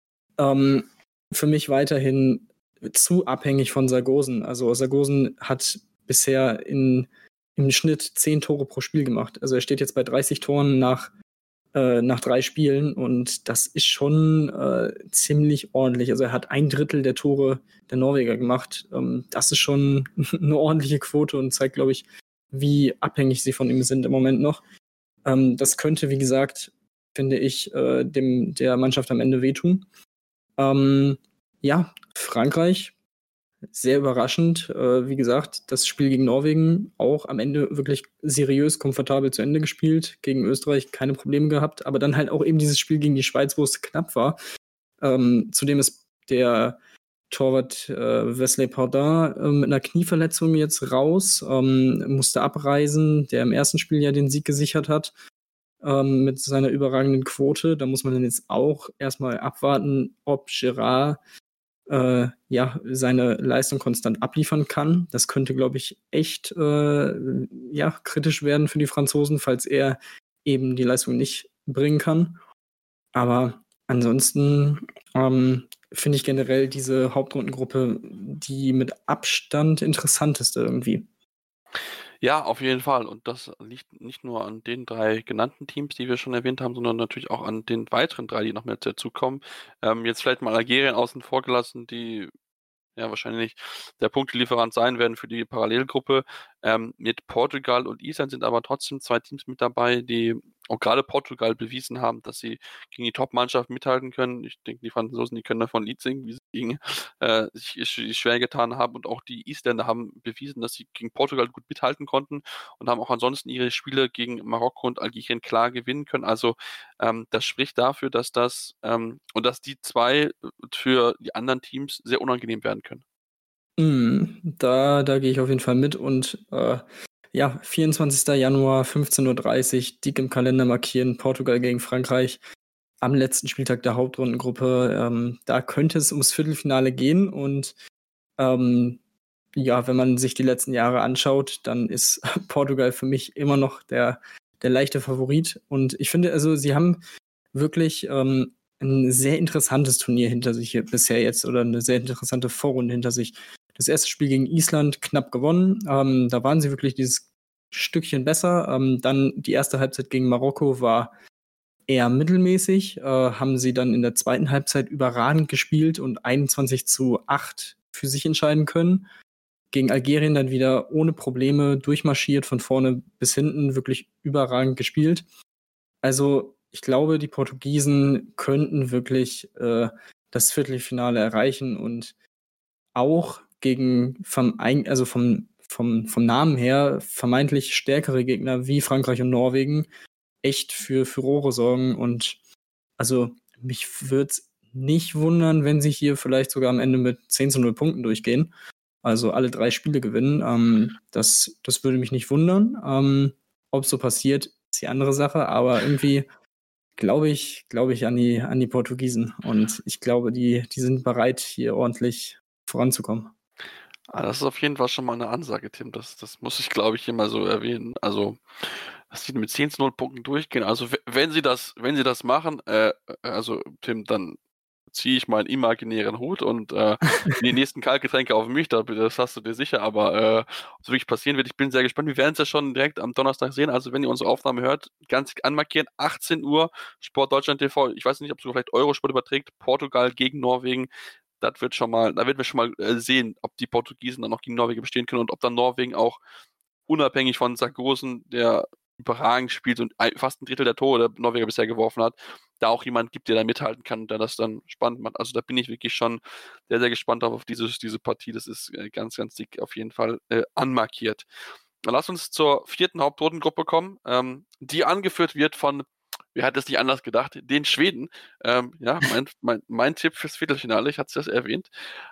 für mich weiterhin zu abhängig von Sargosen. Also Sargosen hat bisher im Schnitt 10 Tore pro Spiel gemacht. Also er steht jetzt bei 30 Toren nach 3 Spielen und das ist schon ziemlich ordentlich. Also er hat 1/3 der Tore der Norweger gemacht. Das ist schon eine ordentliche Quote und zeigt, glaube ich, wie abhängig sie von ihm sind im Moment noch. Das könnte, wie gesagt, finde ich, der Mannschaft am Ende wehtun. Frankreich, sehr überraschend. Wie gesagt, das Spiel gegen Norwegen auch am Ende wirklich seriös, komfortabel zu Ende gespielt. Gegen Österreich keine Probleme gehabt. Aber dann halt auch eben dieses Spiel gegen die Schweiz, wo es knapp war. Zudem ist der Torwart Wesley Paudin mit einer Knieverletzung jetzt raus. Musste abreisen, der im ersten Spiel ja den Sieg gesichert hat. Mit seiner überragenden Quote. Da muss man dann jetzt auch erstmal abwarten, ob Gerard seine Leistung konstant abliefern kann. Das könnte, glaube ich, echt kritisch werden für die Franzosen, falls er eben die Leistung nicht bringen kann. Aber ansonsten finde ich generell diese Hauptrundengruppe die mit Abstand interessanteste irgendwie. Ja, auf jeden Fall. Und das liegt nicht nur an den 3 genannten Teams, die wir schon erwähnt haben, sondern natürlich auch an den weiteren 3, die noch mit dazukommen. Jetzt vielleicht mal Algerien außen vor gelassen, die wahrscheinlich der Punktelieferant sein werden für die Parallelgruppe. Mit Portugal und Island sind aber trotzdem 2 Teams mit dabei, die auch gerade Portugal bewiesen haben, dass sie gegen die Top-Mannschaft mithalten können. Ich denke, die Franzosen, die können davon ein Lied singen, wie sie gegen sich schwer getan haben. Und auch die Isländer haben bewiesen, dass sie gegen Portugal gut mithalten konnten und haben auch ansonsten ihre Spiele gegen Marokko und Algerien klar gewinnen können. Also das spricht dafür, dass dass die 2 für die anderen Teams sehr unangenehm werden können. Da gehe ich auf jeden Fall mit und 24. Januar, 15:30 Uhr, dick im Kalender markieren, Portugal gegen Frankreich am letzten Spieltag der Hauptrundengruppe. Da könnte es ums Viertelfinale gehen und wenn man sich die letzten Jahre anschaut, dann ist Portugal für mich immer noch der leichte Favorit und ich finde, also sie haben wirklich ein sehr interessantes Turnier hinter sich bisher jetzt oder eine sehr interessante Vorrunde hinter sich. Das erste Spiel gegen Island knapp gewonnen. Da waren sie wirklich dieses Stückchen besser. Dann die erste Halbzeit gegen Marokko war eher mittelmäßig. Haben sie dann in der zweiten Halbzeit überragend gespielt und 21:8 für sich entscheiden können. Gegen Algerien dann wieder ohne Probleme durchmarschiert, von vorne bis hinten wirklich überragend gespielt. Also ich glaube, die Portugiesen könnten wirklich das Viertelfinale erreichen und auch gegen vom Namen her vermeintlich stärkere Gegner wie Frankreich und Norwegen echt für Furore sorgen. Und also mich würde es nicht wundern, wenn sie hier vielleicht sogar am Ende mit 10-0 Punkten durchgehen. Also alle 3 Spiele gewinnen. Das würde mich nicht wundern. Ob es so passiert, ist die andere Sache. Aber irgendwie glaube ich an die Portugiesen. Und ich glaube, die sind bereit, hier ordentlich voranzukommen. Das ist auf jeden Fall schon mal eine Ansage, Tim. Das muss ich, glaube ich, hier mal so erwähnen. Also, dass die mit 10-0 Punkten durchgehen. Also, wenn sie das machen, also Tim, dann ziehe ich meinen imaginären Hut und die nächsten Kaltgetränke auf mich, das hast du dir sicher, aber ob es wirklich passieren wird, ich bin sehr gespannt. Wir werden es ja schon direkt am Donnerstag sehen, also wenn ihr unsere Aufnahme hört, ganz anmarkieren, 18 Uhr, Sport Deutschland TV, ich weiß nicht, ob du vielleicht Eurosport überträgt, Portugal gegen Norwegen, da werden wir schon mal sehen, ob die Portugiesen dann noch gegen Norwegen bestehen können und ob dann Norwegen auch unabhängig von Sargosen, der überragend spielt und fast ein Drittel der Tore der Norweger bisher geworfen hat, da auch jemand gibt, der da mithalten kann und der das dann spannend macht. Also da bin ich wirklich schon sehr, sehr gespannt auf diese Partie. Das ist ganz, ganz dick auf jeden Fall anmarkiert. Dann lass uns zur 4. Hauptrundengruppe kommen, die angeführt wird von, wer hat es nicht anders gedacht, den Schweden. Ja, mein Tipp fürs Viertelfinale, ich hatte es ja erwähnt.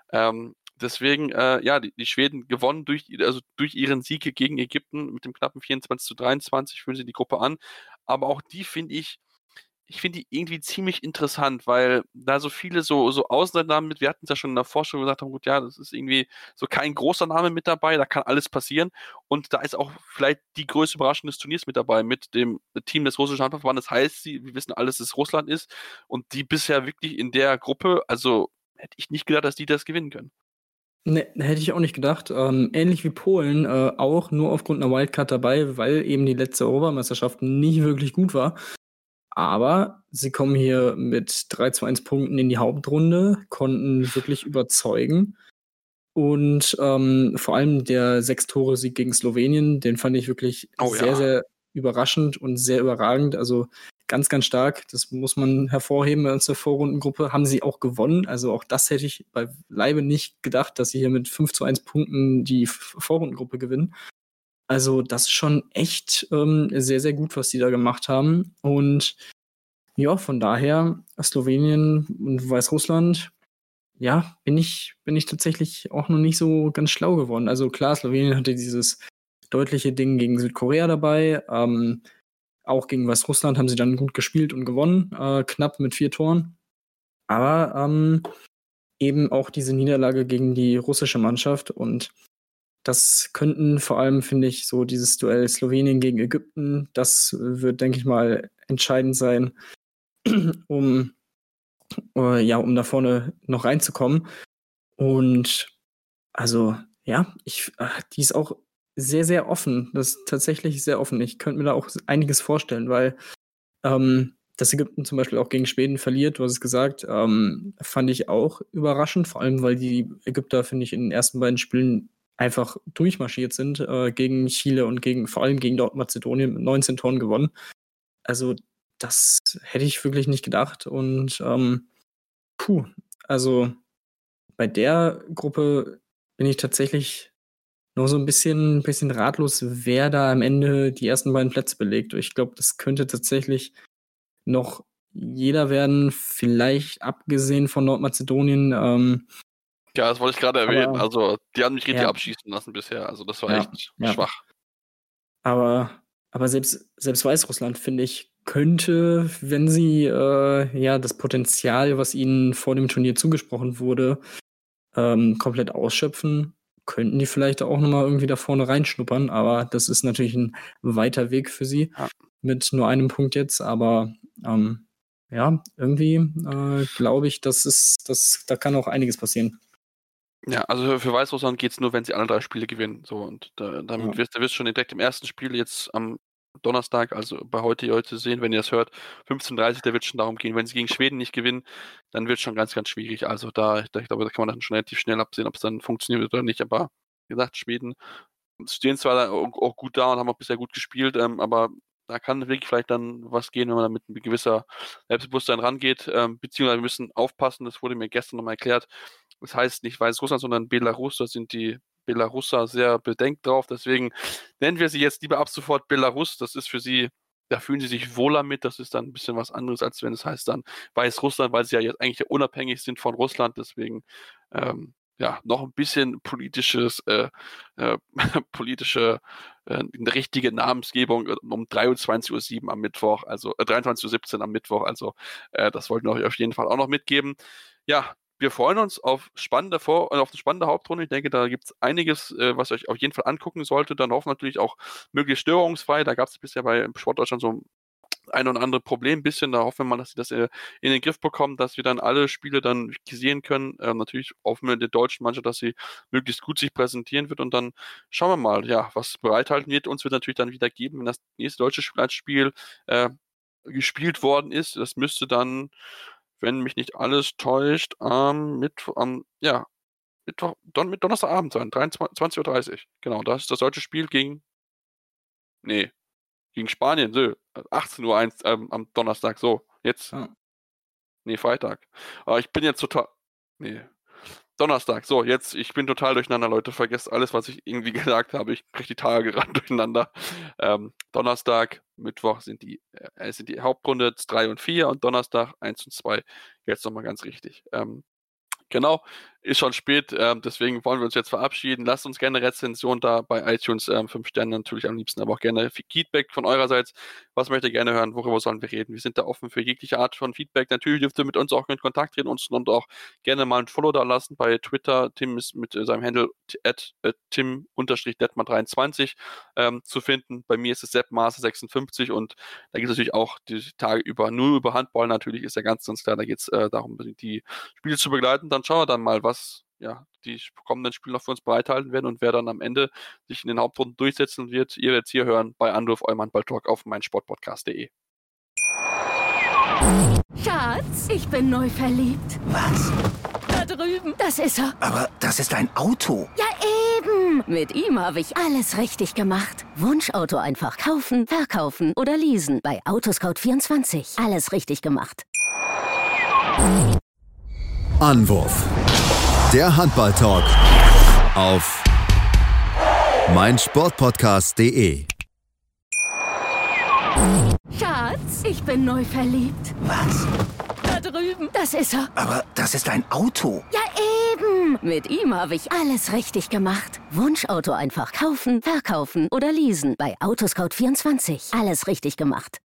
Deswegen, die Schweden gewonnen durch ihren Sieg gegen Ägypten mit dem knappen 24-23, führen sie die Gruppe an. Aber auch die finde ich finde die irgendwie ziemlich interessant, weil da so viele so Außenseiternamen mit, wir hatten es ja schon in der Vorstellung gesagt, haben, gut, ja, das ist irgendwie so kein großer Name mit dabei, da kann alles passieren. Und da ist auch vielleicht die größte Überraschung des Turniers mit dabei, mit dem Team des russischen Handballverbandes. Heißt, wir wissen alles, dass es Russland ist. Und die bisher wirklich in der Gruppe, also hätte ich nicht gedacht, dass die das gewinnen können. Ne, hätte ich auch nicht gedacht. Ähnlich wie Polen, auch nur aufgrund einer Wildcard dabei, weil eben die letzte Europameisterschaft nicht wirklich gut war. Aber sie kommen hier mit 3-1 Punkten in die Hauptrunde, konnten wirklich überzeugen. Und vor allem der 6-Tore-Sieg gegen Slowenien, den fand ich wirklich sehr, sehr überraschend und sehr überragend. Also ganz, ganz stark. Das muss man hervorheben bei uns der Vorrundengruppe. Haben sie auch gewonnen. Also auch das hätte ich bei Leibe nicht gedacht, dass sie hier mit 5-1 Punkten die Vorrundengruppe gewinnen. Also das ist schon echt sehr, sehr gut, was die da gemacht haben. Und ja, von daher Slowenien und Weißrussland, ja, bin ich tatsächlich auch noch nicht so ganz schlau geworden. Also klar, Slowenien hatte dieses deutliche Ding gegen Südkorea dabei. Auch gegen Weißrussland haben sie dann gut gespielt und gewonnen, knapp mit 4 Toren. Aber eben auch diese Niederlage gegen die russische Mannschaft. Und das könnten vor allem, finde ich, so dieses Duell Slowenien gegen Ägypten, das wird, denke ich mal, entscheidend sein, um da vorne noch reinzukommen. Und also, ja, die ist auch sehr, sehr offen. Das ist tatsächlich sehr offen. Ich könnte mir da auch einiges vorstellen, weil dass Ägypten zum Beispiel auch gegen Schweden verliert, du hast es gesagt, fand ich auch überraschend, vor allem, weil die Ägypter, finde ich, in den ersten beiden Spielen einfach durchmarschiert sind gegen Chile und vor allem gegen Nordmazedonien mit 19 Toren gewonnen. Also das hätte ich wirklich nicht gedacht und also bei der Gruppe bin ich tatsächlich noch so ein bisschen ratlos, wer da am Ende die ersten beiden Plätze belegt. Ich glaube, das könnte tatsächlich noch jeder werden, vielleicht abgesehen von Nordmazedonien. Ja, das wollte ich gerade erwähnen. Also, die haben mich richtig abschießen lassen bisher. Also, das war echt schwach. Aber selbst Weißrussland, finde ich, könnte, wenn sie das Potenzial, was ihnen vor dem Turnier zugesprochen wurde, komplett ausschöpfen, könnten die vielleicht auch nochmal irgendwie da vorne reinschnuppern. Aber das ist natürlich ein weiter Weg für sie mit nur einem Punkt jetzt. Aber irgendwie glaube ich, da kann auch einiges passieren. Ja, also für Weißrussland geht es nur, wenn sie alle 3 Spiele gewinnen. So, und damit wirst du schon direkt im ersten Spiel jetzt am Donnerstag, also bei heute sehen, wenn ihr das hört, 15:30, da wird es schon darum gehen, wenn sie gegen Schweden nicht gewinnen, dann wird es schon ganz, ganz schwierig. Also ich glaube, da kann man dann schon relativ schnell absehen, ob es dann funktioniert oder nicht. Aber wie gesagt, Schweden stehen zwar auch gut da und haben auch bisher gut gespielt, aber da kann wirklich vielleicht dann was gehen, wenn man da mit einem gewisser Selbstbewusstsein rangeht, beziehungsweise wir müssen aufpassen, das wurde mir gestern nochmal erklärt, das heißt nicht Weißrussland, sondern Belarus, da sind die Belaruser sehr bedenkt drauf, deswegen nennen wir sie jetzt lieber ab sofort Belarus, das ist für sie, da fühlen sie sich wohler mit, das ist dann ein bisschen was anderes, als wenn es heißt dann Weißrussland, weil sie ja jetzt eigentlich unabhängig sind von Russland, deswegen noch ein bisschen politische eine richtige Namensgebung um 23:07 Uhr am Mittwoch, also 23:17 Uhr am Mittwoch, also das wollten wir euch auf jeden Fall auch noch mitgeben. Ja, wir freuen uns auf eine spannende Hauptrunde. Ich denke, da gibt es einiges, was ihr euch auf jeden Fall angucken solltet. Dann hoffen wir natürlich auch möglichst störungsfrei. Da gab es bisher bei Sportdeutschland so ein oder andere Problem ein bisschen. Da hoffen wir mal, dass sie das in den Griff bekommen, dass wir dann alle Spiele dann sehen können. Natürlich hoffen wir der deutschen Mannschaft, dass sie möglichst gut sich präsentieren wird. Und dann schauen wir mal, ja, was bereithalten wird. Uns wird natürlich dann wieder geben, wenn das nächste deutsche Spiel gespielt worden ist. Das müsste dann, wenn mich nicht alles täuscht, mit Donnerstagabend sein, 20:30 Uhr. Genau, das ist das deutsche Spiel gegen Spanien, so, 18:01 Uhr am Donnerstag, so, jetzt. Ja. Nee, Freitag. Aber ich bin jetzt total. Nee. Donnerstag, so, jetzt, ich bin total durcheinander, Leute. Vergesst alles, was ich irgendwie gesagt habe. Ich kriege die Tage gerade durcheinander. Donnerstag, Mittwoch sind die Hauptrunde 3 und 4 und Donnerstag 1 und 2. Jetzt nochmal ganz richtig. Genau, ist schon spät, deswegen wollen wir uns jetzt verabschieden. Lasst uns gerne Rezension da bei iTunes, 5 Sterne natürlich am liebsten, aber auch gerne Feedback von eurerseits. Was möchtet ihr gerne hören? Worüber sollen wir reden? Wir sind da offen für jegliche Art von Feedback. Natürlich dürft ihr mit uns auch in Kontakt treten und auch gerne mal ein Follow da lassen bei Twitter. Tim ist mit seinem Handle @tim_detmar23 zu finden. Bei mir ist es seppmaße56 und da geht es natürlich auch die Tage nur über Handball. Natürlich ist ja ganz klar, da geht es darum, die Spiele zu begleiten. Dann schauen wir dann mal, was die kommenden Spiele noch für uns bereithalten werden und wer dann am Ende sich in den Hauptrunden durchsetzen wird, ihr jetzt hier hören bei Anruf eurem Handball-Talk auf meinsportpodcast.de. Schatz, ich bin neu verliebt. Was? Da drüben. Das ist er. Aber das ist ein Auto. Ja, eben. Mit ihm habe ich alles richtig gemacht. Wunschauto einfach kaufen, verkaufen oder leasen. Bei Autoscout24. Alles richtig gemacht. Anwurf. Der Handball-Talk auf meinsportpodcast.de. Schatz, ich bin neu verliebt. Was? Da drüben. Das ist er. Aber das ist ein Auto. Ja, eben. Mit ihm habe ich alles richtig gemacht. Wunschauto einfach kaufen, verkaufen oder leasen. Bei Autoscout24. Alles richtig gemacht.